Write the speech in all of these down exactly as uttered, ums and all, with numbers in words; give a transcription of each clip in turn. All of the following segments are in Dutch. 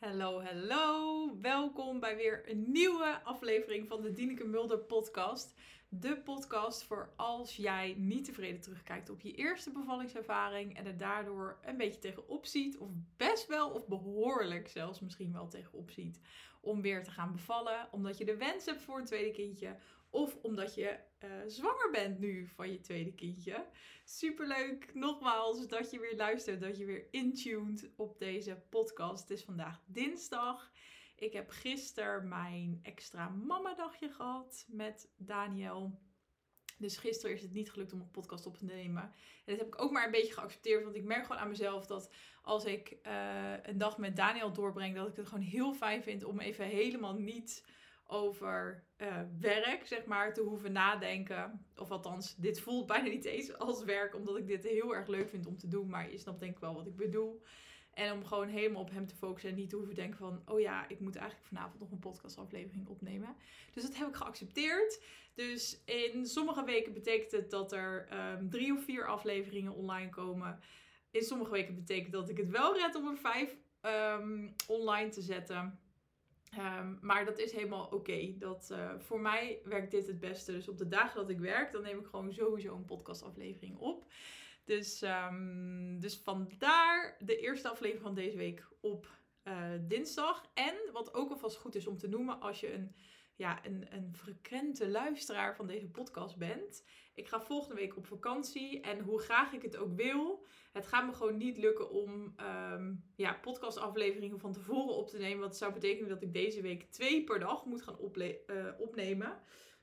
Hallo, hallo. Welkom bij weer een nieuwe aflevering van de Dineke Mulder podcast. De podcast voor als jij niet tevreden terugkijkt op je eerste bevallingservaring en er daardoor een beetje tegenop ziet, of best wel of behoorlijk zelfs misschien wel tegenop ziet om weer te gaan bevallen, omdat je de wens hebt voor een tweede kindje of omdat je uh, zwanger bent nu van je tweede kindje. Superleuk nogmaals dat je weer luistert, dat je weer intuned op deze podcast. Het is vandaag dinsdag. Ik heb gisteren mijn extra mamadagje gehad met Daniel. Dus gisteren is het niet gelukt om een podcast op te nemen. En dat heb ik ook maar een beetje geaccepteerd. Want ik merk gewoon aan mezelf dat als ik uh, een dag met Daniel doorbreng, dat ik het gewoon heel fijn vind om even helemaal niet over uh, werk, zeg maar, te hoeven nadenken. Of althans, dit voelt bijna niet eens als werk, omdat ik dit heel erg leuk vind om te doen. Maar je snapt denk ik wel wat ik bedoel. En om gewoon helemaal op hem te focussen en niet te hoeven denken van, oh ja, ik moet eigenlijk vanavond nog een podcastaflevering opnemen. Dus dat heb ik geaccepteerd. Dus in sommige weken betekent het dat er um, drie of vier afleveringen online komen. In sommige weken betekent dat ik het wel red om er vijf um, online te zetten. Um, maar dat is helemaal oké. Okay. Dat uh, voor mij werkt dit het beste. Dus op de dagen dat ik werk, dan neem ik gewoon sowieso een podcastaflevering op. Dus, um, dus vandaar de eerste aflevering van deze week op uh, dinsdag. En wat ook alvast goed is om te noemen als je een, ja, een, een frequente luisteraar van deze podcast bent. Ik ga volgende week op vakantie en hoe graag ik het ook wil, het gaat me gewoon niet lukken om um, ja, podcastafleveringen van tevoren op te nemen. Wat zou betekenen dat ik deze week twee per dag moet gaan ople- uh, opnemen.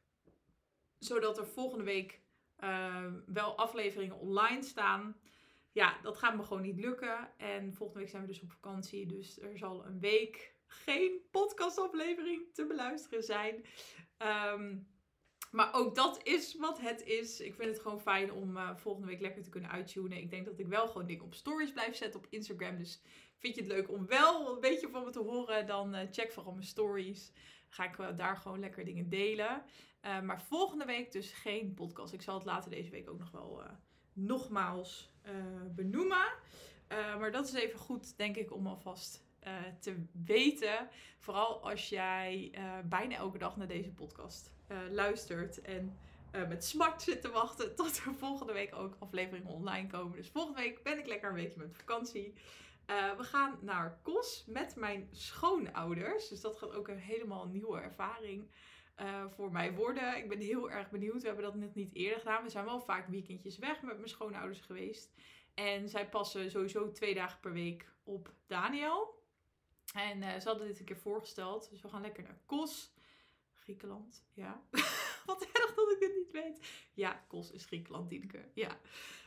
Zodat er volgende week uh, wel afleveringen online staan. Ja, dat gaat me gewoon niet lukken. En volgende week zijn we dus op vakantie. Dus er zal een week geen podcastaflevering te beluisteren zijn. Um, maar ook dat is wat het is. Ik vind het gewoon fijn om uh, volgende week lekker te kunnen uittunen. Ik denk dat ik wel gewoon dingen op stories blijf zetten op Instagram. Dus vind je het leuk om wel een beetje van me te horen, dan uh, check vooral mijn stories. Ga ik uh, daar gewoon lekker dingen delen. Uh, maar volgende week dus geen podcast. Ik zal het later deze week ook nog wel uh, nogmaals uh, benoemen. Uh, maar dat is even goed, denk ik, om alvast uh, te weten. Vooral als jij uh, bijna elke dag naar deze podcast uh, luistert. En uh, met smart zit te wachten tot er volgende week ook afleveringen online komen. Dus volgende week ben ik lekker een weekje met vakantie. Uh, we gaan naar Kos met mijn schoonouders. Dus dat gaat ook een helemaal nieuwe ervaring uh, voor mij worden. Ik ben heel erg benieuwd. We hebben dat net niet eerder gedaan. We zijn wel vaak weekendjes weg met mijn schoonouders geweest. En zij passen sowieso twee dagen per week op Daniel. En uh, ze hadden dit een keer voorgesteld. Dus we gaan lekker naar Kos. Griekenland, ja. Wat erg dat ik dit niet weet. Ja, Kos is Griekenland, Dineke. Ja.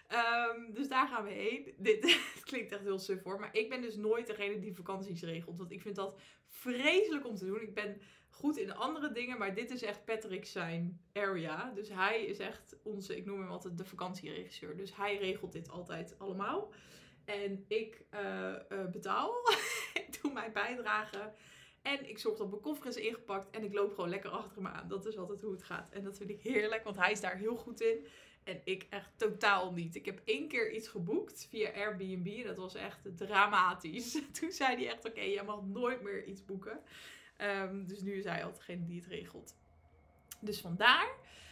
Um, dus daar gaan we heen. Dit klinkt echt heel suf hoor. Maar ik ben dus nooit degene die vakanties regelt. Want ik vind dat vreselijk om te doen. Ik ben goed in andere dingen. Maar dit is echt Patrick zijn area. Dus hij is echt onze, ik noem hem altijd de vakantieregisseur. Dus hij regelt dit altijd allemaal. En ik uh, uh, betaal. Ik doe mijn bijdrage. En ik zorg dat mijn koffer is ingepakt. En ik loop gewoon lekker achter hem aan. Dat is altijd hoe het gaat. En dat vind ik heerlijk. Want hij is daar heel goed in. En ik echt totaal niet. Ik heb één keer iets geboekt via Airbnb. En dat was echt dramatisch. Toen zei hij echt, oké, okay, jij mag nooit meer iets boeken. Um, dus nu is hij altijd degene die het regelt. Dus vandaar.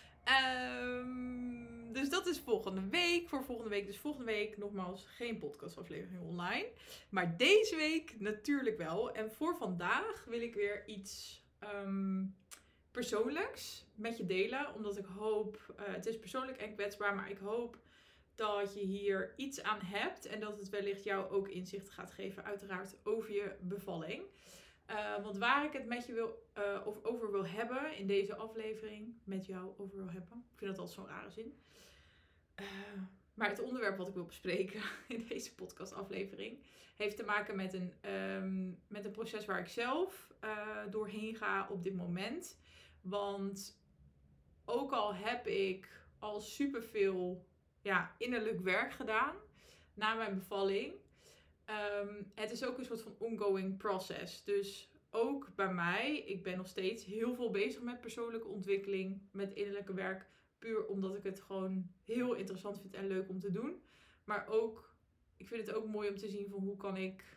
Um, dus dat is volgende week. Voor volgende week. Dus volgende week nogmaals geen podcastaflevering online. Maar deze week natuurlijk wel. En voor vandaag wil ik weer iets um, persoonlijks met je delen. Omdat ik hoop, uh, het is persoonlijk en kwetsbaar, maar ik hoop dat je hier iets aan hebt. En dat het wellicht jou ook inzicht gaat geven uiteraard over je bevalling. Uh, want waar ik het met je wil, uh, of over wil hebben in deze aflevering, met jou over wil hebben. Ik vind dat altijd zo'n rare zin. Uh, maar het onderwerp wat ik wil bespreken in deze podcastaflevering heeft te maken met een, um, met een proces waar ik zelf uh, doorheen ga op dit moment. Want ook al heb ik al superveel ja, innerlijk werk gedaan na mijn bevalling. Um, het is ook een soort van ongoing process. Dus ook bij mij, ik ben nog steeds heel veel bezig met persoonlijke ontwikkeling, met innerlijke werk. Puur omdat ik het gewoon heel interessant vind en leuk om te doen. Maar ook, ik vind het ook mooi om te zien van hoe kan ik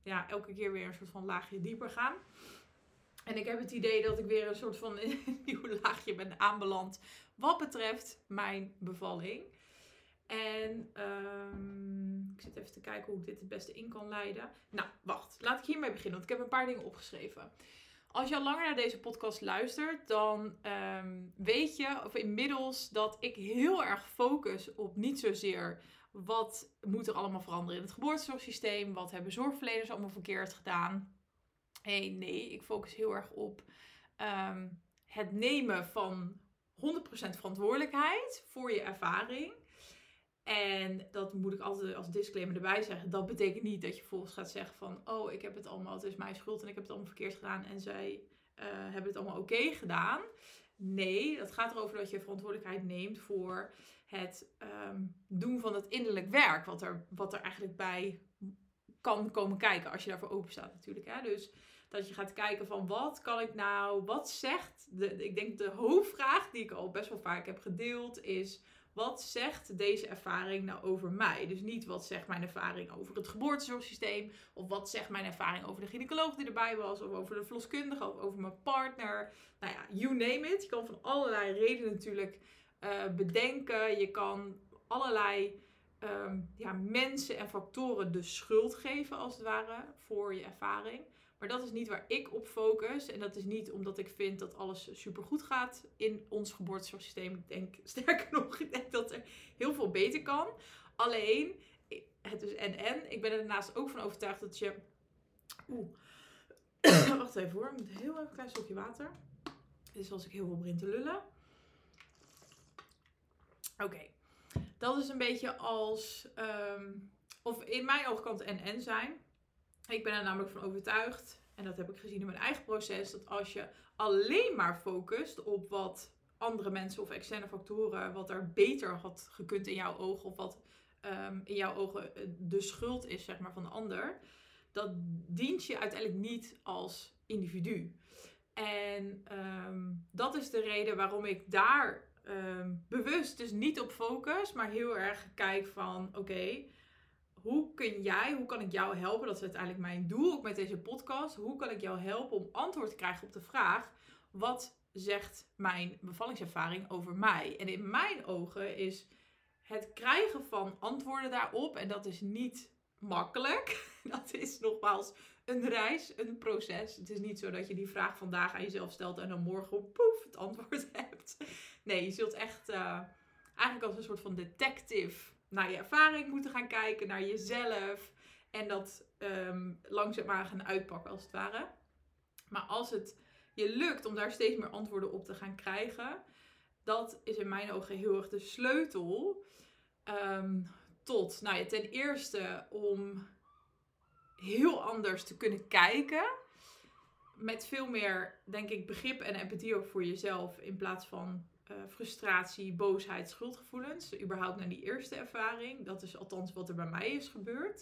ja, elke keer weer een soort van laagje dieper gaan. En ik heb het idee dat ik weer een soort van een nieuw laagje ben aanbeland wat betreft mijn bevalling. En um, ik zit even te kijken hoe ik dit het beste in kan leiden. Nou, wacht. Laat ik hiermee beginnen, want ik heb een paar dingen opgeschreven. Als je al langer naar deze podcast luistert, dan um, weet je, of inmiddels, dat ik heel erg focus op niet zozeer wat moet er allemaal veranderen in het geboortezorgsysteem, wat hebben zorgverleners allemaal verkeerd gedaan. Hey, nee, ik focus heel erg op um, het nemen van honderd procent verantwoordelijkheid voor je ervaring. En dat moet ik altijd als disclaimer erbij zeggen. Dat betekent niet dat je vervolgens gaat zeggen van, oh, ik heb het allemaal, het is mijn schuld en ik heb het allemaal verkeerd gedaan en zij uh, hebben het allemaal oké okay gedaan. Nee, dat gaat erover dat je verantwoordelijkheid neemt voor het um, doen van het innerlijk werk. Wat er, wat er eigenlijk bij kan komen kijken als je daarvoor open staat natuurlijk. Hè? Dus dat je gaat kijken van, wat kan ik nou, wat zegt, de, ik denk de hoofdvraag die ik al best wel vaak heb gedeeld is, wat zegt deze ervaring nou over mij? Dus niet wat zegt mijn ervaring over het geboortezorgsysteem. Of wat zegt mijn ervaring over de gynaecoloog die erbij was. Of over de verloskundige. Of over mijn partner. Nou ja, you name it. Je kan van allerlei redenen natuurlijk uh, bedenken. Je kan allerlei um, ja, mensen en factoren de schuld geven als het ware voor je ervaring. Maar dat is niet waar ik op focus. En dat is niet omdat ik vind dat alles supergoed gaat in ons geboortezorgsysteem. Ik denk, sterker nog, ik denk dat er heel veel beter kan. Alleen, het is en en. Ik ben er daarnaast ook van overtuigd dat je... Oeh. Wacht even hoor, ik moet heel even een klein slokje water. Dit is als ik heel veel begin te lullen. Oké. Okay. Dat is een beetje als... Um, of in mijn ogen kan het en en zijn. Ik ben er namelijk van overtuigd, en dat heb ik gezien in mijn eigen proces, dat als je alleen maar focust op wat andere mensen of externe factoren, wat er beter had gekund in jouw ogen, of wat um, in jouw ogen de schuld is, zeg maar, van de ander, dat dient je uiteindelijk niet als individu. En um, dat is de reden waarom ik daar um, bewust dus niet op focus, maar heel erg kijk van, oké, okay, hoe kun jij, hoe kan ik jou helpen? Dat is uiteindelijk mijn doel, ook met deze podcast. Hoe kan ik jou helpen om antwoord te krijgen op de vraag, wat zegt mijn bevallingservaring over mij? En in mijn ogen is het krijgen van antwoorden daarop, en dat is niet makkelijk. Dat is nogmaals een reis, een proces. Het is niet zo dat je die vraag vandaag aan jezelf stelt en dan morgen poef het antwoord hebt. Nee, je zult echt uh, eigenlijk als een soort van detective naar je ervaring moeten gaan kijken, naar jezelf. En dat um, langzaamaan gaan uitpakken als het ware. Maar als het je lukt om daar steeds meer antwoorden op te gaan krijgen, dat is in mijn ogen heel erg de sleutel um, tot, nou ja, ten eerste om heel anders te kunnen kijken. Met veel meer, denk ik, begrip en empathie ook voor jezelf in plaats van Uh, frustratie, boosheid, schuldgevoelens. Überhaupt naar die eerste ervaring. Dat is althans wat er bij mij is gebeurd.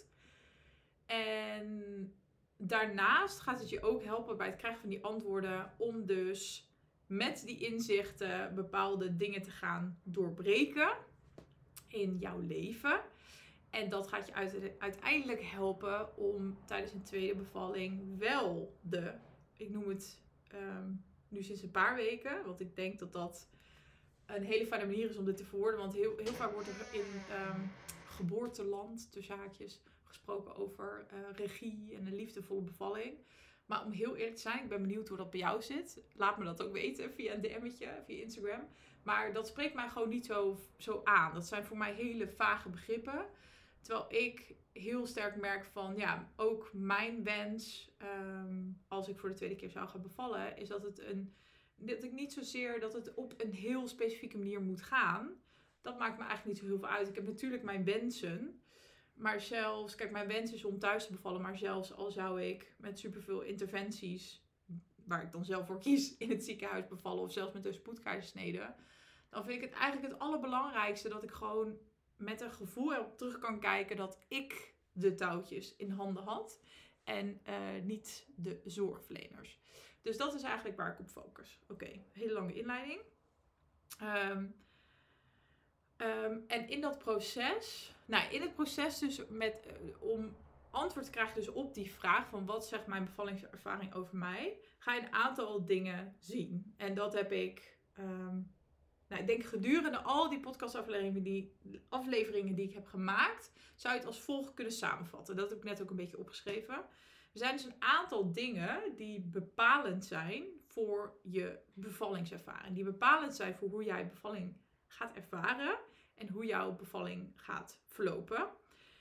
En daarnaast gaat het je ook helpen bij het krijgen van die antwoorden om dus met die inzichten bepaalde dingen te gaan doorbreken in jouw leven. En dat gaat je uiteindelijk helpen om tijdens een tweede bevalling wel de, ik noem het um, nu sinds een paar weken, want ik denk dat dat een hele fijne manier is om dit te verwoorden. Want heel, heel vaak wordt er in um, geboorteland, tussen haakjes, gesproken over uh, regie en een liefdevolle bevalling. Maar om heel eerlijk te zijn, ik ben benieuwd hoe dat bij jou zit. Laat me dat ook weten via een D M'tje, via Instagram. Maar dat spreekt mij gewoon niet zo, zo aan. Dat zijn voor mij hele vage begrippen. Terwijl ik heel sterk merk van, ja, ook mijn wens, um, als ik voor de tweede keer zou gaan bevallen, is dat het een... dat ik niet zozeer dat het op een heel specifieke manier moet gaan. Dat maakt me eigenlijk niet zo heel veel uit. Ik heb natuurlijk mijn wensen. Maar zelfs, kijk, mijn wens is om thuis te bevallen. Maar zelfs al zou ik met superveel interventies, waar ik dan zelf voor kies, in het ziekenhuis bevallen. Of zelfs met een spoedkeizersnede. Dan vind ik het eigenlijk het allerbelangrijkste dat ik gewoon met een gevoel erop terug kan kijken dat ik de touwtjes in handen had. En uh, niet de zorgverleners. Dus dat is eigenlijk waar ik op focus. Oké, okay, hele lange inleiding. Um, um, en in dat proces, nou in het proces dus met, uh, om antwoord krijg je dus op die vraag van wat zegt mijn bevallingservaring over mij, ga je een aantal dingen zien. En dat heb ik, um, nou, ik denk gedurende al die podcastafleveringen die, afleveringen die ik heb gemaakt, zou je het als volgt kunnen samenvatten. Dat heb ik net ook een beetje opgeschreven. Er zijn dus een aantal dingen die bepalend zijn voor je bevallingservaring. Die bepalend zijn voor hoe jij bevalling gaat ervaren en hoe jouw bevalling gaat verlopen.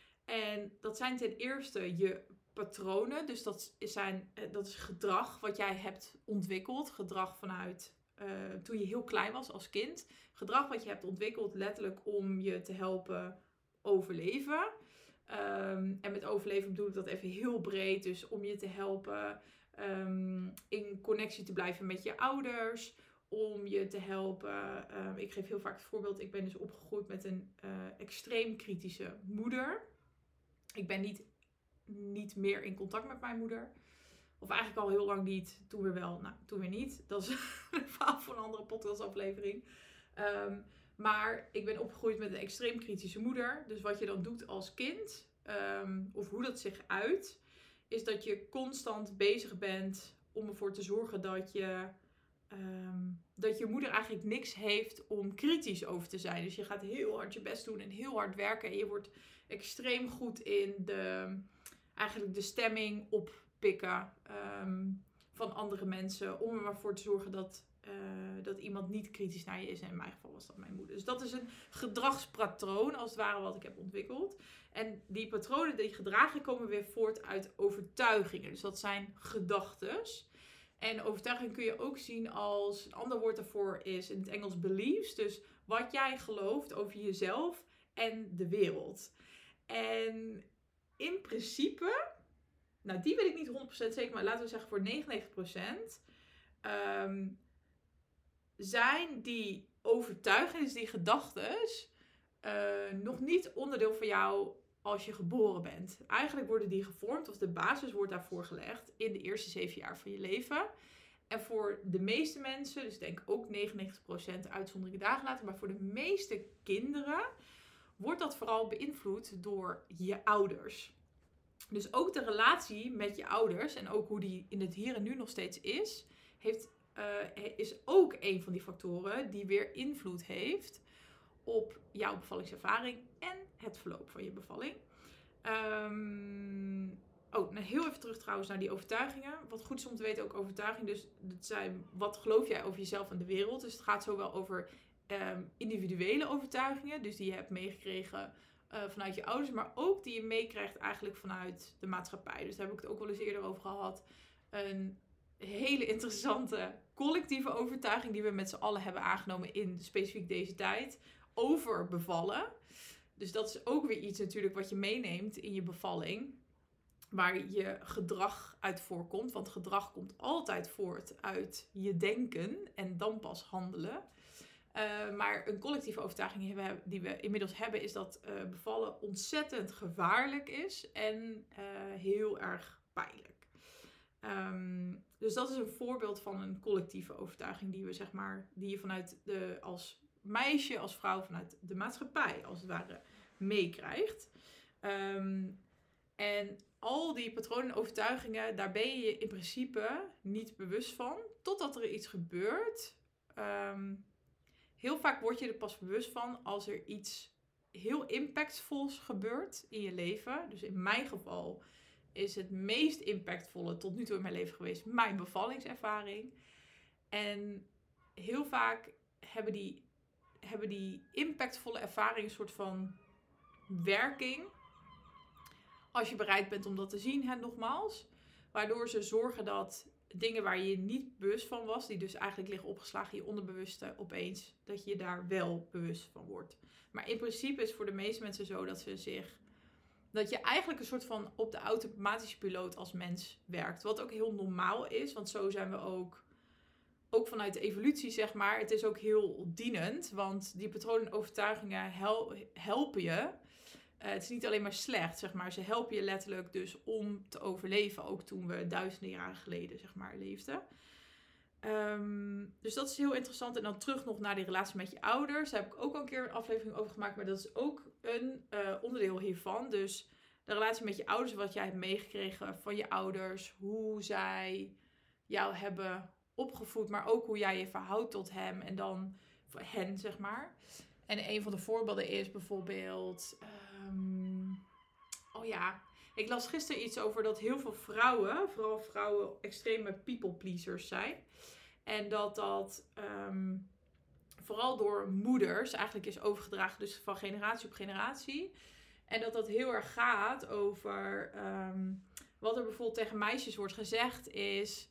En dat zijn ten eerste je patronen. Dus dat, zijn, dat is gedrag wat jij hebt ontwikkeld. Gedrag vanuit uh, toen je heel klein was als kind. Gedrag wat je hebt ontwikkeld letterlijk om je te helpen overleven. Um, en met overleven bedoel ik dat even heel breed. Dus om je te helpen um, in connectie te blijven met je ouders. Om je te helpen. Um, ik geef heel vaak het voorbeeld. Ik ben dus opgegroeid met een uh, extreem kritische moeder. Ik ben niet, niet meer in contact met mijn moeder. Of eigenlijk al heel lang niet. Toen weer wel. Nou, toen weer niet. Dat is een verhaal voor een andere podcastaflevering. Um, maar ik ben opgegroeid met een extreem kritische moeder. Dus wat je dan doet als kind. Um, of hoe dat zich uit. Is dat je constant bezig bent om ervoor te zorgen dat je... Um, dat je moeder eigenlijk niks heeft om kritisch over te zijn. Dus je gaat heel hard je best doen en heel hard werken. En je wordt extreem goed in de, eigenlijk de stemming oppikken um, van andere mensen. Om er maar voor te zorgen dat, uh, dat iemand niet kritisch naar je is. En in mijn geval was dat mijn moeder. Dus dat is een gedragspatroon als het ware wat ik heb ontwikkeld. En die patronen, die gedragen komen weer voort uit overtuigingen. Dus dat zijn gedachtes. En overtuiging kun je ook zien als, een ander woord daarvoor is in het Engels beliefs. Dus wat jij gelooft over jezelf en de wereld. En in principe, nou die weet ik niet honderd procent zeker, maar laten we zeggen voor negenennegentig procent. Um, zijn die overtuigingen, dus die gedachtes, uh, nog niet onderdeel van jou als je geboren bent. Eigenlijk worden die gevormd, of de basis wordt daarvoor gelegd in de eerste zeven jaar van je leven. En voor de meeste mensen, dus ik denk ook negenennegentig procent uitzonderingen dagen later, maar voor de meeste kinderen wordt dat vooral beïnvloed door je ouders. Dus ook de relatie met je ouders en ook hoe die in het hier en nu nog steeds is, heeft, uh, is ook een van die factoren die weer invloed heeft op jouw bevallingservaring en het verloop van je bevalling. Um, oh, nou heel even terug trouwens naar die overtuigingen. Wat goed is om te weten, ook overtuigingen. Dus dat zijn, wat geloof jij over jezelf en de wereld? Dus het gaat zowel over um, individuele overtuigingen. Dus die je hebt meegekregen uh, vanuit je ouders. Maar ook die je meekrijgt eigenlijk vanuit de maatschappij. Dus daar heb ik het ook wel eens eerder over gehad. Een hele interessante collectieve overtuiging die we met z'n allen hebben aangenomen in specifiek deze tijd. Over bevallen. Dus dat is ook weer iets natuurlijk wat je meeneemt in je bevalling. Waar je gedrag uit voorkomt. Want gedrag komt altijd voort uit je denken. En dan pas handelen. Uh, maar een collectieve overtuiging die we, die we inmiddels hebben. Is dat uh, bevallen ontzettend gevaarlijk is. En uh, heel erg pijnlijk. Um, dus dat is een voorbeeld van een collectieve overtuiging. Die we zeg maar. Die je vanuit de als meisje, als vrouw, vanuit de maatschappij als het ware meekrijgt. Um, en al die patronen en overtuigingen, daar ben je je in principe niet bewust van. Totdat er iets gebeurt. Um, heel vaak word je er pas bewust van als er iets heel impactvols gebeurt in je leven. Dus in mijn geval is het meest impactvolle tot nu toe in mijn leven geweest mijn bevallingservaring. En heel vaak hebben die, hebben die impactvolle ervaringen een soort van werking. Als je bereid bent om dat te zien, hè, nogmaals. Waardoor ze zorgen dat dingen waar je niet bewust van was, die dus eigenlijk liggen opgeslagen in je onderbewuste, opeens, dat je je daar wel bewust van wordt. Maar in principe is het voor de meeste mensen zo dat ze zich, dat je eigenlijk een soort van op de automatische piloot als mens werkt. Wat ook heel normaal is, want zo zijn we ook, ook vanuit de evolutie, zeg maar. Het is ook heel dienend, want die patronen en overtuigingen hel- helpen je. Uh, het is niet alleen maar slecht, zeg maar. Ze helpen je letterlijk dus om te overleven. Ook toen we duizenden jaren geleden, zeg maar, leefden. Um, dus dat is heel interessant. En dan terug nog naar die relatie met je ouders. Daar heb ik ook al een keer een aflevering over gemaakt. Maar dat is ook een uh, onderdeel hiervan. Dus de relatie met je ouders, wat jij hebt meegekregen van je ouders, hoe zij jou hebben opgevoed, maar ook hoe jij je verhoudt tot hem en dan hen, zeg maar. En een van de voorbeelden is bijvoorbeeld, um, oh ja, ik las gisteren iets over dat heel veel vrouwen, vooral vrouwen, extreme people pleasers zijn. En dat dat um, vooral door moeders eigenlijk is overgedragen, dus van generatie op generatie. En dat dat heel erg gaat over um, wat er bijvoorbeeld tegen meisjes wordt gezegd is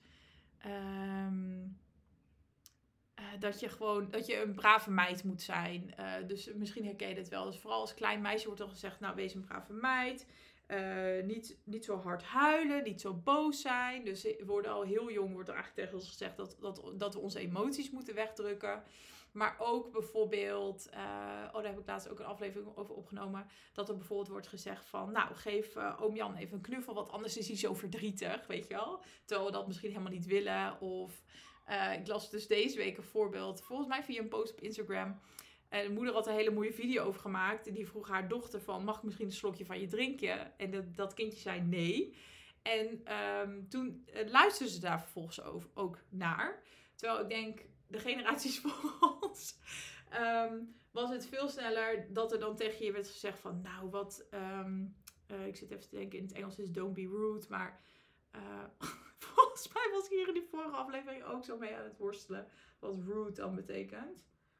um, uh, dat je gewoon dat je een brave meid moet zijn. Uh, dus misschien herken je dit wel. Dus vooral als klein meisje wordt er gezegd, nou wees een brave meid. Uh, niet, niet zo hard huilen, niet zo boos zijn. Dus we worden al heel jong wordt er eigenlijk tegen ons gezegd dat, dat, dat we onze emoties moeten wegdrukken. Maar ook bijvoorbeeld, uh, oh daar heb ik laatst ook een aflevering over opgenomen, dat er bijvoorbeeld wordt gezegd van, nou geef uh, oom Jan even een knuffel, want anders is hij zo verdrietig, weet je wel. Terwijl we dat misschien helemaal niet willen. Of uh, ik las dus deze week een voorbeeld, volgens mij via een post op Instagram. En de moeder had een hele mooie video over gemaakt. En die vroeg haar dochter van, mag ik misschien een slokje van je drinken? En dat, dat kindje zei nee. En um, toen uh, luisterden ze daar vervolgens over, ook naar. Terwijl ik denk, de generaties voor ons, um, was het veel sneller dat er dan tegen je werd gezegd van, nou wat, um, uh, ik zit even te denken, in het Engels is don't be rude, maar uh, volgens mij was ik hier in die vorige aflevering ook zo mee aan het worstelen, wat rude dan betekent.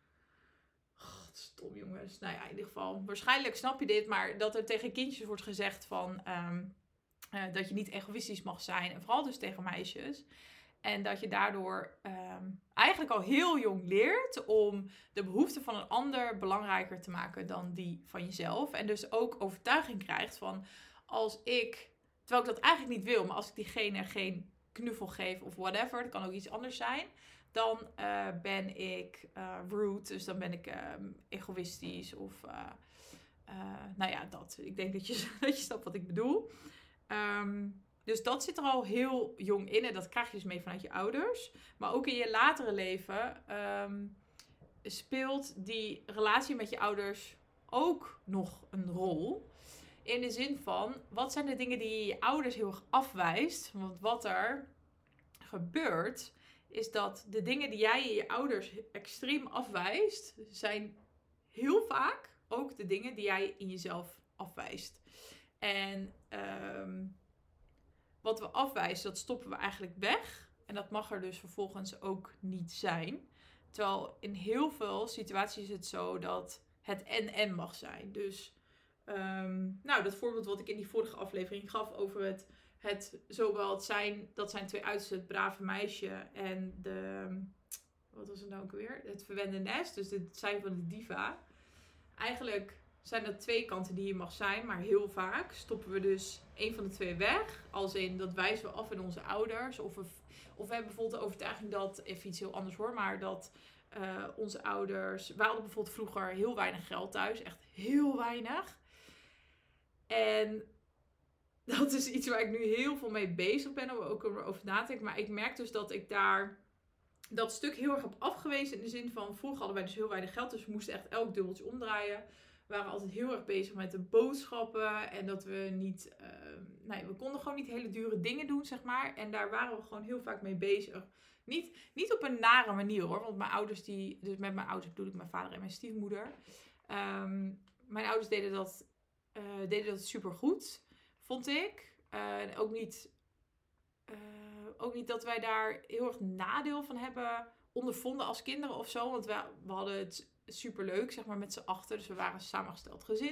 Oh, stom jongens. Nou ja, in ieder geval, waarschijnlijk snap je dit, maar dat er tegen kindjes wordt gezegd van, um, uh, dat je niet egoïstisch mag zijn, en vooral dus tegen meisjes. En dat je daardoor um, eigenlijk al heel jong leert om de behoeften van een ander belangrijker te maken dan die van jezelf. En dus ook overtuiging krijgt van, als ik, terwijl ik dat eigenlijk niet wil, maar als ik diegene geen knuffel geef of whatever, dat kan ook iets anders zijn, dan uh, ben ik uh, rude, dus dan ben ik uh, egoïstisch of, uh, uh, nou ja, dat. Ik denk dat je, dat je snapt wat ik bedoel. Um, Dus dat zit er al heel jong in en dat krijg je dus mee vanuit je ouders. Maar ook in je latere leven um, speelt die relatie met je ouders ook nog een rol. In de zin van, wat zijn de dingen die je je ouders heel erg afwijst? Want wat er gebeurt, is dat de dingen die jij je ouders extreem afwijst, zijn heel vaak ook de dingen die jij in jezelf afwijst. En um, wat we afwijzen, dat stoppen we eigenlijk weg. En dat mag er dus vervolgens ook niet zijn. Terwijl in heel veel situaties is het zo dat het en-en mag zijn. Dus, um, nou, dat voorbeeld wat ik in die vorige aflevering gaf over het, het zowel het zijn, dat zijn twee uitersten, het brave meisje en de, wat was het nou ook weer? Het verwende nest, dus het zijn van de diva. Eigenlijk zijn dat twee kanten die je mag zijn, maar heel vaak stoppen we dus een van de twee weg. Als in, dat wijzen we af in onze ouders. Of we, of we hebben bijvoorbeeld de overtuiging dat, even iets heel anders hoor, maar dat uh, onze ouders, wij hadden bijvoorbeeld vroeger heel weinig geld thuis, echt heel weinig. En dat is iets waar ik nu heel veel mee bezig ben, om ook over na te denken. Maar ik merk dus dat ik daar dat stuk heel erg heb afgewezen in de zin van, vroeger hadden wij dus heel weinig geld, dus we moesten echt elk dubbeltje omdraaien. We waren altijd heel erg bezig met de boodschappen. En dat we niet... Uh, nee, we konden gewoon niet hele dure dingen doen, zeg maar. En daar waren we gewoon heel vaak mee bezig. Niet, niet op een nare manier, hoor. Want mijn ouders die... Dus met mijn ouders bedoel ik mijn vader en mijn stiefmoeder. Um, mijn ouders deden dat, uh, deden dat super goed, vond ik. Uh, en ook niet... Uh, ook niet dat wij daar heel erg nadeel van hebben ondervonden als kinderen of zo. Want we, we hadden het superleuk, zeg maar, met z'n achter. Dus we waren een samengesteld gezin.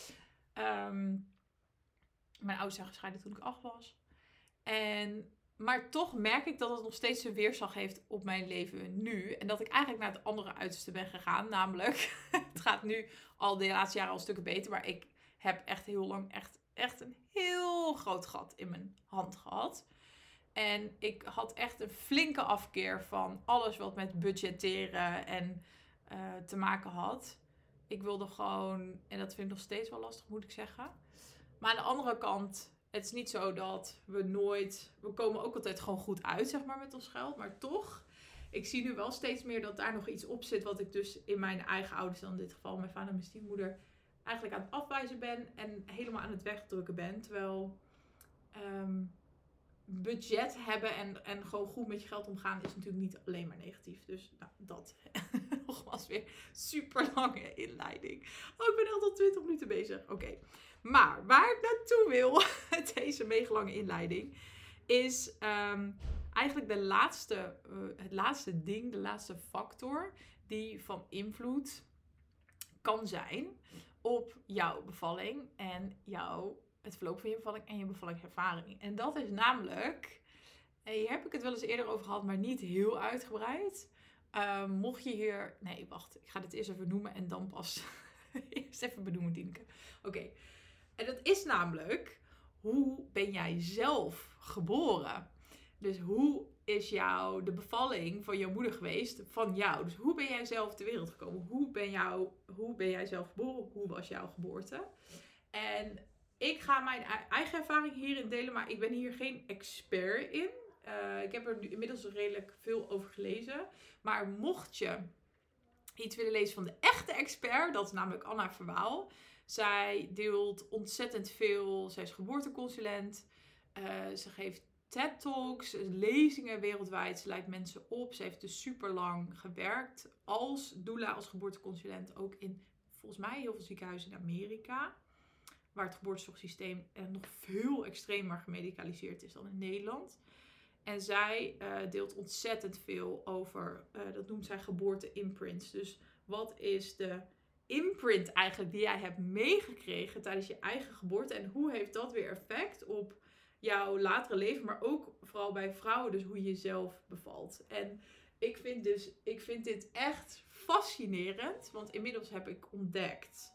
Um, mijn ouders zijn gescheiden toen ik acht was. En, maar toch merk ik dat het nog steeds een weerslag heeft op mijn leven nu. En dat ik eigenlijk naar het andere uiterste ben gegaan. Namelijk, het gaat nu al de laatste jaren al stukken beter. Maar ik heb echt heel lang echt, echt een heel groot gat in mijn hand gehad. En ik had echt een flinke afkeer van alles wat met budgetteren en uh, te maken had. Ik wilde gewoon, en dat vind ik nog steeds wel lastig, moet ik zeggen. Maar aan de andere kant, het is niet zo dat we nooit, we komen ook altijd gewoon goed uit, zeg maar, met ons geld. Maar toch, ik zie nu wel steeds meer dat daar nog iets op zit, wat ik dus in mijn eigen ouders, dan in dit geval mijn vader en mijn stiefmoeder, eigenlijk aan het afwijzen ben en helemaal aan het wegdrukken ben. Terwijl um, budget hebben en, en gewoon goed met je geld omgaan is natuurlijk niet alleen maar negatief. Dus nou, dat nogmaals weer super lange inleiding. Oh, ik ben echt al twintig minuten bezig. Oké. Okay. Maar waar ik naartoe wil, deze mega lange inleiding, is um, eigenlijk de laatste, uh, het laatste ding, de laatste factor die van invloed kan zijn op jouw bevalling en jouw, het verloop van je bevalling en je bevallingservaring. En dat is namelijk, hier heb ik het wel eens eerder over gehad, maar niet heel uitgebreid. Uh, mocht je hier, nee wacht, ik ga dit eerst even noemen en dan pas eerst even benoemen, Dieneke. Oké, okay. En dat is namelijk, hoe ben jij zelf geboren? Dus hoe is jou de bevalling van jouw moeder geweest van jou? Dus hoe ben jij zelf ter wereld gekomen? Hoe ben, jou, hoe ben jij zelf geboren? Hoe was jouw geboorte? En ik ga mijn eigen ervaring hierin delen, maar ik ben hier geen expert in. Uh, ik heb er nu inmiddels redelijk veel over gelezen. Maar mocht je iets willen lezen van de echte expert, dat is namelijk Anna Verwaal. Zij deelt ontzettend veel. Zij is geboorteconsulent. Uh, ze geeft TED Talks, lezingen wereldwijd. Ze leidt mensen op. Ze heeft dus super lang gewerkt als doula, als geboorteconsulent. Ook in, volgens mij, heel veel ziekenhuizen in Amerika. Waar het geboortezorgsysteem nog veel extremer gemedicaliseerd is dan in Nederland. En zij uh, deelt ontzettend veel over, uh, dat noemt zij geboorte-imprints. Dus wat is de imprint eigenlijk die jij hebt meegekregen tijdens je eigen geboorte? En hoe heeft dat weer effect op jouw latere leven, maar ook vooral bij vrouwen, dus hoe je jezelf bevalt. En ik vind, dus, ik vind dit echt fascinerend, want inmiddels heb ik ontdekt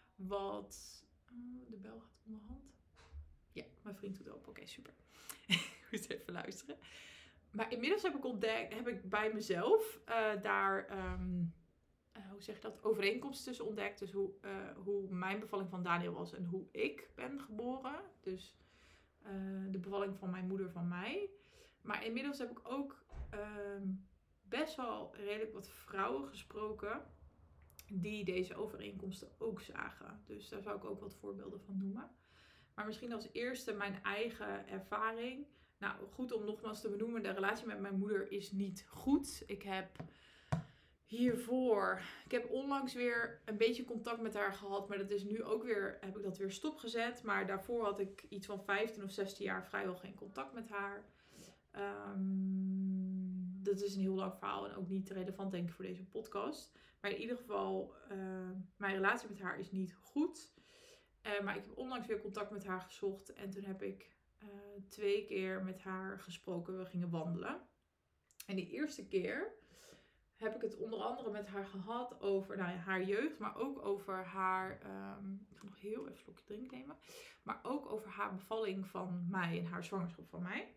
wat... Oh, de bel gaat onderhand. Ja, mijn vriend doet open. Oké, okay, super. Ik moet even luisteren. Maar inmiddels heb ik ontdekt, heb ik bij mezelf uh, daar, um, uh, hoe zeg je dat, overeenkomsten tussen ontdekt. Dus hoe, uh, hoe mijn bevalling van Daniel was en hoe ik ben geboren. Dus uh, de bevalling van mijn moeder van mij. Maar inmiddels heb ik ook um, best wel redelijk wat vrouwen gesproken die deze overeenkomsten ook zagen. Dus daar zou ik ook wat voorbeelden van noemen. Maar misschien als eerste mijn eigen ervaring. Nou, goed om nogmaals te benoemen, de relatie met mijn moeder is niet goed. Ik heb hiervoor, ik heb onlangs weer een beetje contact met haar gehad. Maar dat is nu ook weer, heb ik dat weer stopgezet. Maar daarvoor had ik iets van vijftien of zestien jaar vrijwel geen contact met haar. Um, dat is een heel lang verhaal en ook niet relevant denk ik voor deze podcast. Maar in ieder geval, uh, mijn relatie met haar is niet goed. Uh, maar ik heb onlangs weer contact met haar gezocht. En toen heb ik uh, twee keer met haar gesproken. We gingen wandelen. En die eerste keer heb ik het onder andere met haar gehad over nou ja, haar jeugd. Maar ook over haar... Um, ik ga nog heel even een slokje drinken nemen. Maar ook over haar bevalling van mij en haar zwangerschap van mij.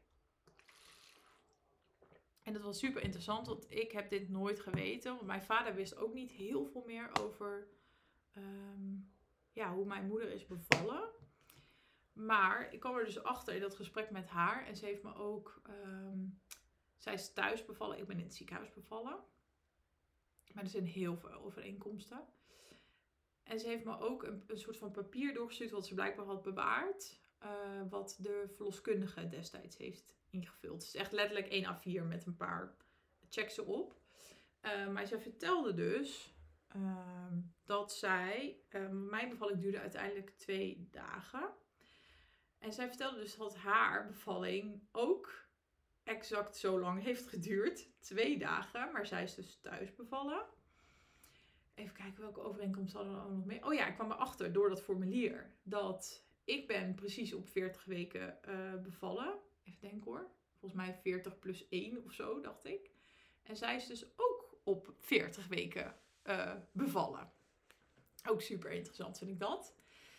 En dat was super interessant, want ik heb dit nooit geweten. Want mijn vader wist ook niet heel veel meer over um, ja, hoe mijn moeder is bevallen. Maar ik kwam er dus achter in dat gesprek met haar. En ze heeft me ook... Um, zij is thuis bevallen. Ik ben in het ziekenhuis bevallen. Maar er zijn heel veel overeenkomsten. En ze heeft me ook een, een soort van papier doorgestuurd wat ze blijkbaar had bewaard. Uh, wat de verloskundige destijds heeft ingevuld. Het is echt letterlijk één A vier met een paar checks erop. Uh, maar zij vertelde dus uh, dat zij... Uh, mijn bevalling duurde uiteindelijk twee dagen. En zij vertelde dus dat haar bevalling ook exact zo lang heeft geduurd. Twee dagen. Maar zij is dus thuis bevallen. Even kijken welke overeenkomst hadden we nog mee. Oh ja, ik kwam erachter door dat formulier. Dat ik ben precies op veertig weken uh, bevallen. Even denken hoor. Volgens mij veertig plus één of zo, dacht ik. En zij is dus ook op veertig weken uh, bevallen. Ook super interessant vind ik dat.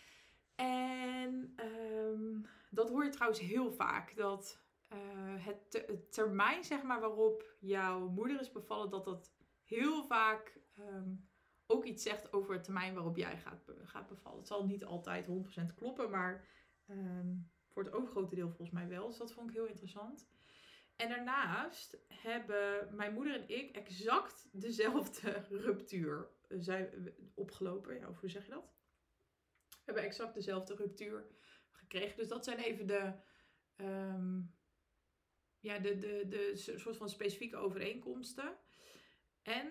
En um, dat hoor je trouwens heel vaak. Dat uh, het, te- het termijn zeg maar, waarop jouw moeder is bevallen, dat dat heel vaak um, ook iets zegt over het termijn waarop jij gaat, be- gaat bevallen. Het zal niet altijd honderd procent kloppen, maar um, voor het overgrote deel volgens mij wel. Dus dat vond ik heel interessant. En daarnaast hebben mijn moeder en ik exact dezelfde ruptuur zij, opgelopen. Ja, of hoe zeg je dat? hebben exact dezelfde ruptuur gekregen. Dus dat zijn even de, um, ja, de, de, de soort van specifieke overeenkomsten. En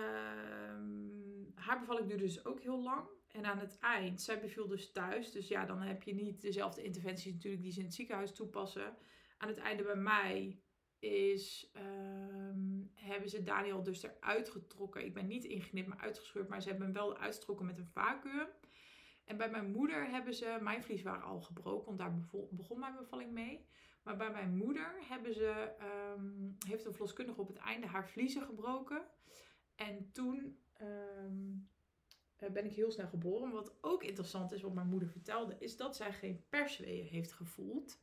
um, haar bevalling duurde dus ook heel lang. En aan het eind, zij beviel dus thuis. Dus ja, dan heb je niet dezelfde interventies natuurlijk die ze in het ziekenhuis toepassen. Aan het einde bij mij is, um, hebben ze Daniel dus eruit getrokken. Ik ben niet ingeknipt, maar uitgescheurd. Maar ze hebben hem wel uitgetrokken met een vacuüm. En bij mijn moeder hebben ze, mijn vlies waren al gebroken, want daar begon mijn bevalling mee. Maar bij mijn moeder hebben ze, um, heeft een verloskundige op het einde haar vliezen gebroken. En toen um, ben ik heel snel geboren. Maar wat ook interessant is, wat mijn moeder vertelde, is dat zij geen persweeën heeft gevoeld.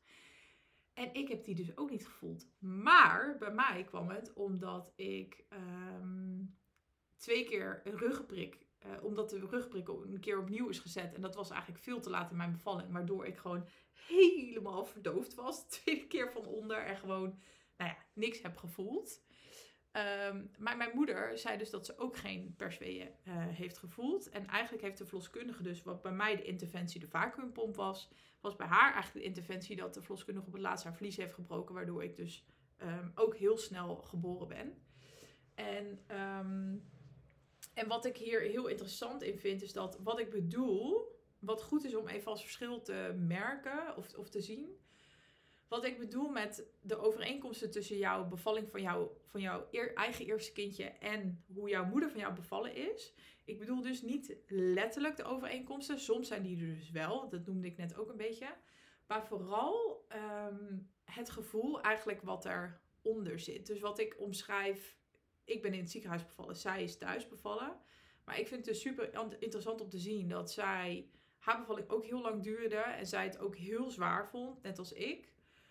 En ik heb die dus ook niet gevoeld. Maar bij mij kwam het omdat ik um, twee keer een ruggenprik, uh, omdat de ruggenprik een keer opnieuw is gezet. En dat was eigenlijk veel te laat in mijn bevalling. Waardoor ik gewoon helemaal verdoofd was. De tweede keer van onder en gewoon, nou ja, niks heb gevoeld. Um, maar mijn moeder zei dus dat ze ook geen persweeën uh, heeft gevoeld. En eigenlijk heeft de verloskundige dus, wat bij mij de interventie de vacuümpomp was, was bij haar eigenlijk de interventie dat de verloskundige op het laatst haar vlies heeft gebroken. Waardoor ik dus um, ook heel snel geboren ben. En, um, en wat ik hier heel interessant in vind, is dat wat ik bedoel, wat goed is om even als verschil te merken of, of te zien. Wat ik bedoel met de overeenkomsten tussen jouw bevalling van, jou, van jouw eer, eigen eerste kindje en hoe jouw moeder van jou bevallen is. Ik bedoel dus niet letterlijk de overeenkomsten. Soms zijn die er dus wel. Dat noemde ik net ook een beetje. Maar vooral um, het gevoel eigenlijk wat eronder zit. Dus wat ik omschrijf. Ik ben in het ziekenhuis bevallen. Zij is thuis bevallen. Maar ik vind het dus super interessant om te zien dat zij haar bevalling ook heel lang duurde. En zij het ook heel zwaar vond. Net als ik.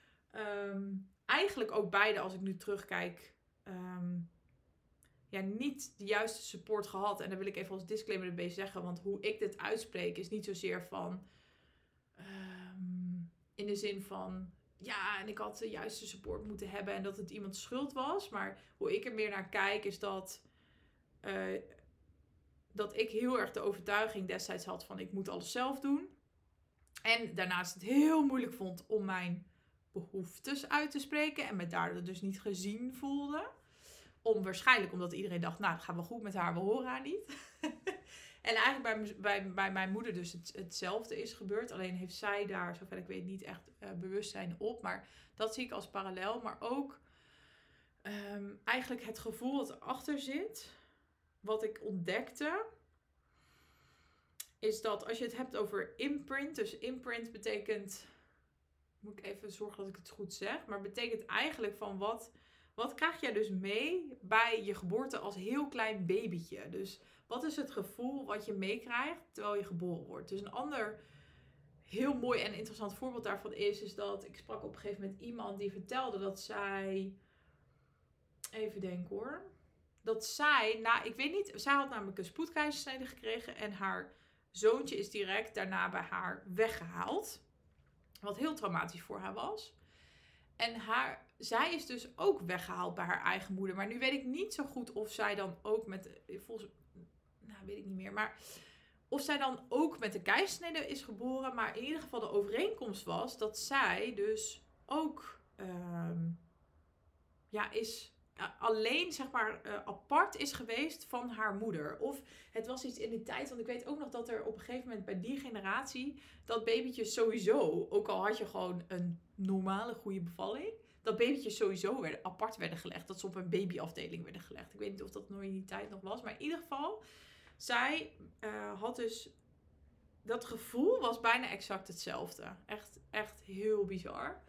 Um, eigenlijk ook beide, als ik nu terugkijk, um, ja, niet de juiste support gehad. En daar wil ik even als disclaimer erbij zeggen. Want hoe ik dit uitspreek is niet zozeer van, um, in de zin van, ja, en ik had de juiste support moeten hebben en dat het iemands schuld was. Maar hoe ik er meer naar kijk is dat, uh, dat ik heel erg de overtuiging destijds had van, ik moet alles zelf doen. En daarnaast het heel moeilijk vond om mijn behoeftes uit te spreken en me daardoor dus niet gezien voelde. Om, waarschijnlijk omdat iedereen dacht, nou, dat gaat wel goed met haar, we horen haar niet. En eigenlijk bij, bij, bij mijn moeder dus het, hetzelfde is gebeurd. Alleen heeft zij daar, zover ik weet, niet echt uh, bewustzijn op. Maar dat zie ik als parallel. Maar ook um, eigenlijk het gevoel dat erachter zit. Wat ik ontdekte, is dat als je het hebt over imprint. Dus imprint betekent, moet ik even zorgen dat ik het goed zeg. Maar betekent eigenlijk van wat, wat krijg jij dus mee bij je geboorte als heel klein babytje. Dus wat is het gevoel wat je meekrijgt terwijl je geboren wordt. Dus een ander heel mooi en interessant voorbeeld daarvan is, is dat ik sprak op een gegeven moment iemand die vertelde dat zij, even denken hoor. Dat zij, nou ik weet niet, zij had namelijk een spoedkeizersnede gekregen en haar zoontje is direct daarna bij haar weggehaald. Wat heel traumatisch voor haar was. En haar, zij is dus ook weggehaald bij haar eigen moeder. Maar nu weet ik niet zo goed of zij dan ook met, volgens, nou weet ik niet meer, maar of zij dan ook met de keizersnede is geboren. Maar in ieder geval de overeenkomst was dat zij dus ook, um, ja, is alleen, zeg maar, uh, apart is geweest van haar moeder. Of het was iets in die tijd, want ik weet ook nog dat er op een gegeven moment bij die generatie, dat babytjes sowieso, ook al had je gewoon een normale, goede bevalling, dat babytjes sowieso werden, apart werden gelegd. Dat ze op een babyafdeling werden gelegd. Ik weet niet of dat nog in die tijd nog was, maar in ieder geval, zij uh, had dus, dat gevoel was bijna exact hetzelfde. Echt, echt heel bizar.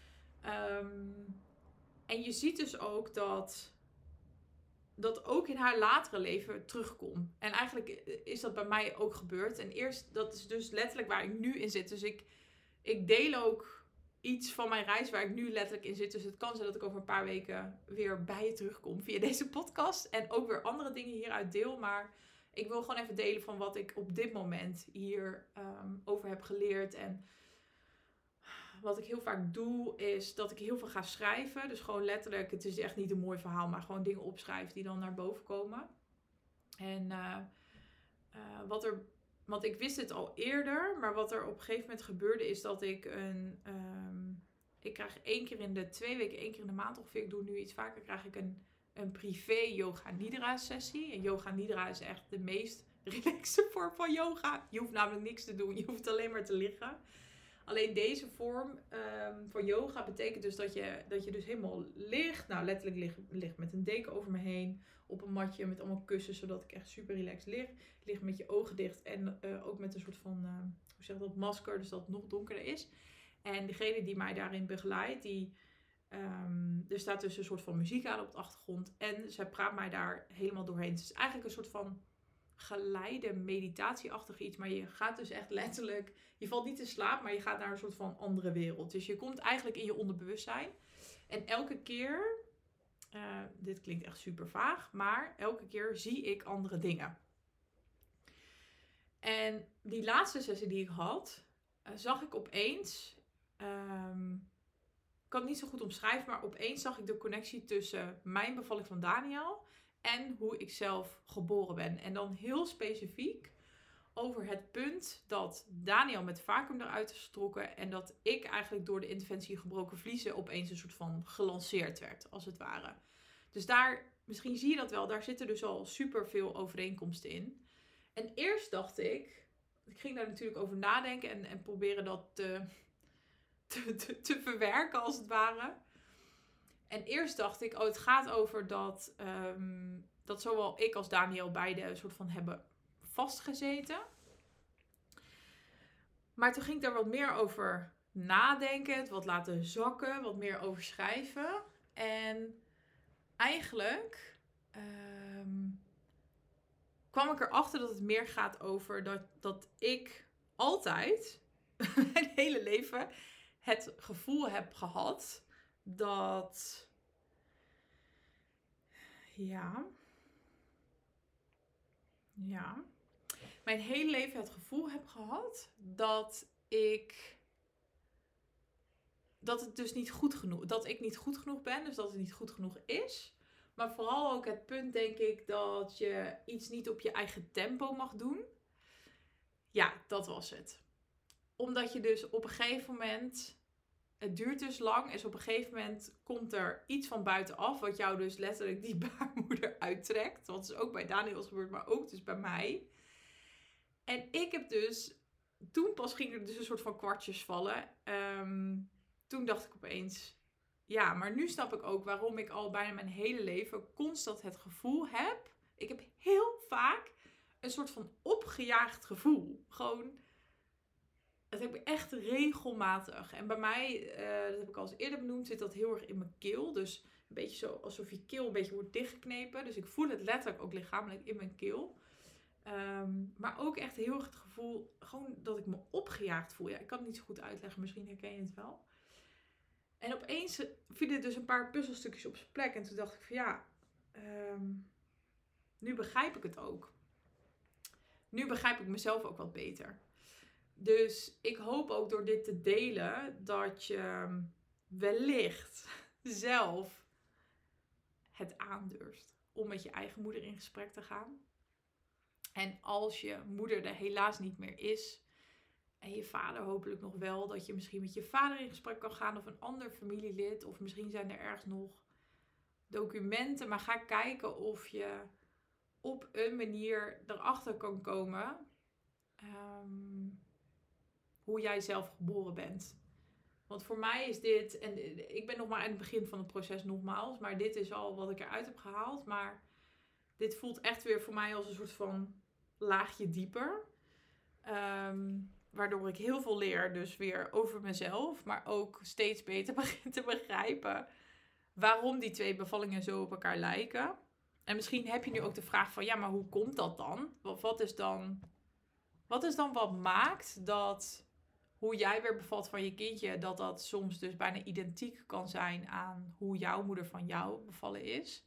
Um, En je ziet dus ook dat dat ook in haar latere leven terugkomt. En eigenlijk is dat bij mij ook gebeurd. En eerst, dat is dus letterlijk waar ik nu in zit. Dus ik, ik deel ook iets van mijn reis waar ik nu letterlijk in zit. Dus het kan zijn dat ik over een paar weken weer bij je terugkom via deze podcast. En ook weer andere dingen hieruit deel. Maar ik wil gewoon even delen van wat ik op dit moment hier um, over heb geleerd. En wat ik heel vaak doe, is dat ik heel veel ga schrijven. Dus gewoon letterlijk, het is echt niet een mooi verhaal, maar gewoon dingen opschrijven die dan naar boven komen. En uh, uh, wat er want ik wist het al eerder, maar wat er op een gegeven moment gebeurde is dat ik een... Um, ik krijg één keer in de twee weken, één keer in de maand ongeveer, ik doe nu iets vaker, krijg ik een, een privé yoga nidra sessie. En yoga nidra is echt de meest relaxe vorm van yoga. Je hoeft namelijk niks te doen, je hoeft alleen maar te liggen. Alleen deze vorm um, van yoga betekent dus dat je, dat je dus helemaal ligt. Nou, letterlijk ligt lig met een deken over me heen. Op een matje met allemaal kussens, zodat ik echt super relaxed lig. Lig met je ogen dicht en uh, ook met een soort van, uh, hoe zeg dat, masker, dus dat het nog donkerder is. En degene die mij daarin begeleidt, die, um, er staat dus een soort van muziek aan op de achtergrond. En zij praat mij daar helemaal doorheen. Het is eigenlijk een soort van geleide meditatieachtig iets. Maar je gaat dus echt letterlijk, je valt niet in slaap, maar je gaat naar een soort van andere wereld. Dus je komt eigenlijk in je onderbewustzijn. En elke keer, uh, dit klinkt echt super vaag, maar elke keer zie ik andere dingen. En die laatste sessie die ik had, uh, zag ik opeens, um, ik kan het niet zo goed omschrijven, maar opeens zag ik de connectie tussen mijn bevalling van Daniel en hoe ik zelf geboren ben. En dan heel specifiek over het punt dat Daniel met vacuüm eruit is getrokken en dat ik eigenlijk door de interventie gebroken vliezen opeens een soort van gelanceerd werd, als het ware. Dus daar, misschien zie je dat wel, daar zitten dus al super veel overeenkomsten in. En eerst dacht ik, ik ging daar natuurlijk over nadenken en, en proberen dat te, te, te, te verwerken als het ware. En eerst dacht ik, oh, het gaat over dat, um, dat zowel ik als Daniel beide een soort van hebben vastgezeten. Maar toen ging ik daar wat meer over nadenken, het wat laten zakken, wat meer over schrijven. En eigenlijk um, kwam ik erachter dat het meer gaat over dat, dat ik altijd, mijn hele leven, het gevoel heb gehad dat, ja, ja, mijn hele leven het gevoel heb gehad dat ik, dat het dus niet goed genoeg, dat ik niet goed genoeg ben, dus dat het niet goed genoeg is. Maar vooral ook het punt, denk ik, dat je iets niet op je eigen tempo mag doen. Ja, dat was het. Omdat je dus op een gegeven moment, het duurt dus lang, dus op een gegeven moment komt er iets van buitenaf, wat jou dus letterlijk die baarmoeder uittrekt. Wat is ook bij Daniel is gebeurd, maar ook dus bij mij. En ik heb dus, toen pas ging er dus een soort van kwartjes vallen. Um, toen dacht ik opeens, ja, maar nu snap ik ook waarom ik al bijna mijn hele leven constant het gevoel heb. Ik heb heel vaak een soort van opgejaagd gevoel. Gewoon, dat heb ik echt regelmatig. En bij mij, uh, dat heb ik al eens eerder benoemd, zit dat heel erg in mijn keel. Dus een beetje zo alsof je keel een beetje wordt dichtgeknepen. Dus ik voel het letterlijk ook lichamelijk in mijn keel. Um, maar ook echt heel erg het gevoel, gewoon dat ik me opgejaagd voel. Ja, ik kan het niet zo goed uitleggen, misschien herken je het wel. En opeens vielen dus een paar puzzelstukjes op zijn plek. En toen dacht ik van ja, um, nu begrijp ik het ook. Nu begrijp ik mezelf ook wat beter. Dus ik hoop ook door dit te delen dat je wellicht zelf het aandurft om met je eigen moeder in gesprek te gaan. En als je moeder er helaas niet meer is en je vader hopelijk nog wel, dat je misschien met je vader in gesprek kan gaan of een ander familielid. Of misschien zijn er ergens nog documenten. Maar ga kijken of je op een manier erachter kan komen um, hoe jij zelf geboren bent. Want voor mij is dit, en ik ben nog maar aan het begin van het proces nogmaals, maar dit is al wat ik eruit heb gehaald. Maar dit voelt echt weer voor mij als een soort van laagje dieper. Um, waardoor ik heel veel leer dus weer over mezelf. Maar ook steeds beter begin te begrijpen waarom die twee bevallingen zo op elkaar lijken. En misschien heb je nu ook de vraag van ja, maar hoe komt dat dan? Wat, wat is dan, wat is dan wat maakt dat hoe jij weer bevalt van je kindje, dat dat soms dus bijna identiek kan zijn aan hoe jouw moeder van jou bevallen is?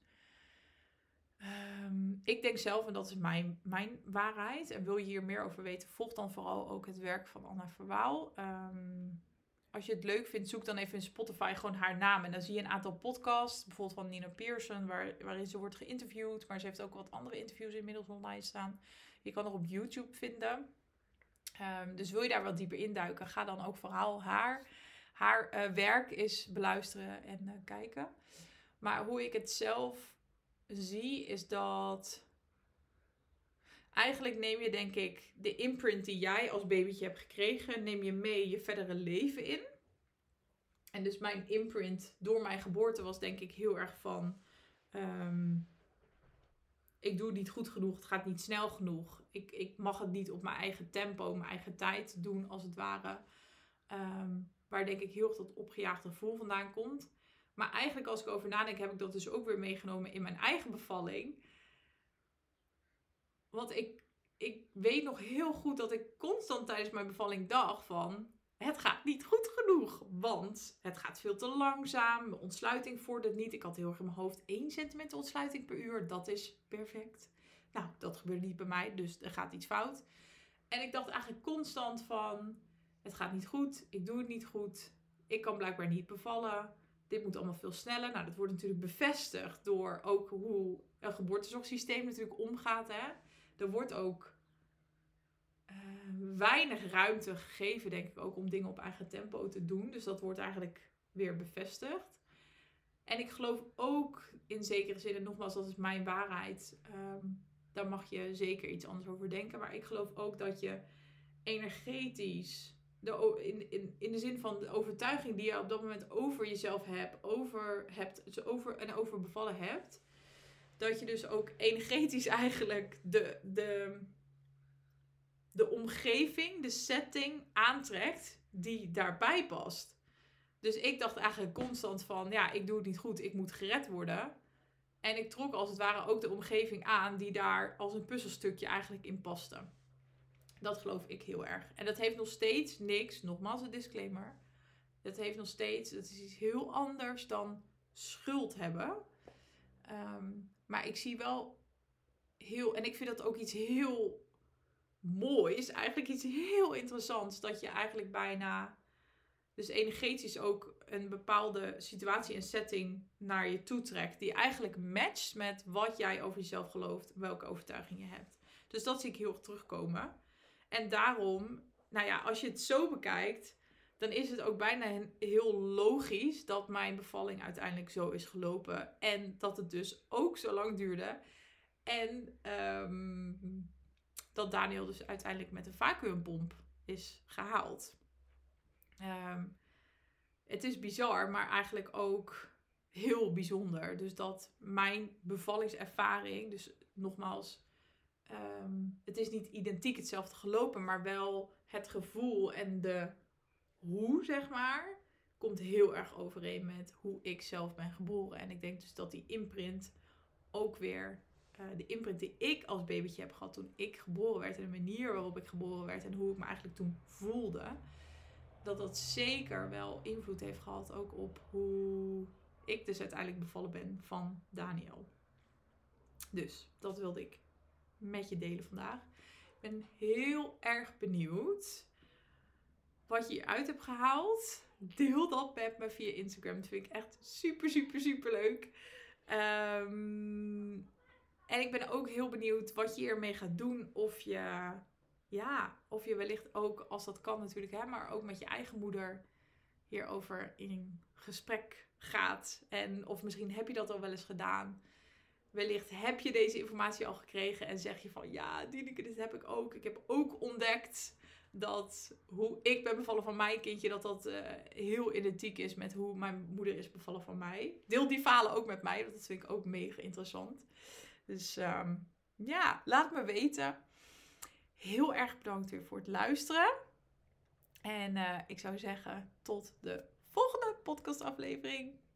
Um, ik denk zelf, en dat is mijn, mijn waarheid, en wil je hier meer over weten, volg dan vooral ook het werk van Anna Verwaal. Um, als je het leuk vindt, zoek dan even in Spotify gewoon haar naam. En dan zie je een aantal podcasts, bijvoorbeeld van Nina Pearson, waar, waarin ze wordt geïnterviewd. Maar ze heeft ook wat andere interviews inmiddels online staan. Je kan er op YouTube vinden. Um, dus wil je daar wat dieper induiken, ga dan ook vooral haar, haar uh, werk eens beluisteren en uh, kijken. Maar hoe ik het zelf zie, is dat eigenlijk neem je, denk ik, de imprint die jij als babytje hebt gekregen, neem je mee je verdere leven in. En dus mijn imprint door mijn geboorte was, denk ik, heel erg van Um, ik doe het niet goed genoeg, het gaat niet snel genoeg. Ik, ik mag het niet op mijn eigen tempo, mijn eigen tijd doen, als het ware. Um, waar denk ik heel erg dat opgejaagde gevoel vandaan komt. Maar eigenlijk als ik over nadenk, heb ik dat dus ook weer meegenomen in mijn eigen bevalling. Want ik, ik weet nog heel goed dat ik constant tijdens mijn bevalling dacht van, het gaat niet goed genoeg, want het gaat veel te langzaam. Mijn ontsluiting vordert niet. Ik had heel erg in mijn hoofd één centimeter ontsluiting per uur. Dat is perfect. Nou, dat gebeurde niet bij mij, dus er gaat iets fout. En ik dacht eigenlijk constant van, het gaat niet goed. Ik doe het niet goed. Ik kan blijkbaar niet bevallen. Dit moet allemaal veel sneller. Nou, dat wordt natuurlijk bevestigd door ook hoe een geboortezorgsysteem natuurlijk omgaat. Hè? Er wordt ook Uh, weinig ruimte gegeven, denk ik ook, om dingen op eigen tempo te doen. Dus dat wordt eigenlijk weer bevestigd. En ik geloof ook in zekere zin, en nogmaals, dat is mijn waarheid. Um, daar mag je zeker iets anders over denken. Maar ik geloof ook dat je energetisch, de, in, in, in de zin van de overtuiging die je op dat moment over jezelf hebt, over, hebt dus over, en over bevallen hebt, dat je dus ook energetisch eigenlijk de... de de omgeving, de setting aantrekt die daarbij past. Dus ik dacht eigenlijk constant van, ja, ik doe het niet goed, ik moet gered worden. En ik trok als het ware ook de omgeving aan die daar als een puzzelstukje eigenlijk in paste. Dat geloof ik heel erg. En dat heeft nog steeds niks, nogmaals een disclaimer, dat heeft nog steeds, dat is iets heel anders dan schuld hebben. Um, maar ik zie wel heel, en ik vind dat ook iets heel mooi, is eigenlijk iets heel interessants, dat je eigenlijk bijna, dus energetisch ook een bepaalde situatie en setting naar je toe trekt, die eigenlijk matcht met wat jij over jezelf gelooft, welke overtuiging je hebt. Dus dat zie ik heel erg terugkomen. En daarom, nou ja, als je het zo bekijkt, dan is het ook bijna heel logisch dat mijn bevalling uiteindelijk zo is gelopen. En dat het dus ook zo lang duurde. En um, dat Daniel dus uiteindelijk met een vacuümpomp is gehaald. Um, het is bizar, maar eigenlijk ook heel bijzonder. Dus dat mijn bevallingservaring, dus nogmaals, um, het is niet identiek hetzelfde gelopen, maar wel het gevoel en de hoe, zeg maar, komt heel erg overeen met hoe ik zelf ben geboren. En ik denk dus dat die imprint ook weer, uh, de imprint die ik als babytje heb gehad toen ik geboren werd en de manier waarop ik geboren werd en hoe ik me eigenlijk toen voelde, dat dat zeker wel invloed heeft gehad ook op hoe ik dus uiteindelijk bevallen ben van Daniel. Dus dat wilde ik met je delen vandaag. Ik ben heel erg benieuwd wat je hieruit hebt gehaald. Deel dat met me via Instagram. Dat vind ik echt super, super, super leuk. Um, en ik ben ook heel benieuwd wat je ermee gaat doen. Of je, ja, of je wellicht ook, als dat kan natuurlijk, hè, maar ook met je eigen moeder hierover in gesprek gaat. En of misschien heb je dat al wel eens gedaan. Wellicht heb je deze informatie al gekregen en zeg je van, ja, Dineke, dit heb ik ook. Ik heb ook ontdekt dat hoe ik ben bevallen van mijn kindje, dat dat uh, heel identiek is met hoe mijn moeder is bevallen van mij. Deel die verhalen ook met mij, want dat vind ik ook mega interessant. Dus um, ja, laat me weten. Heel erg bedankt weer voor het luisteren. En uh, ik zou zeggen, tot de volgende podcastaflevering.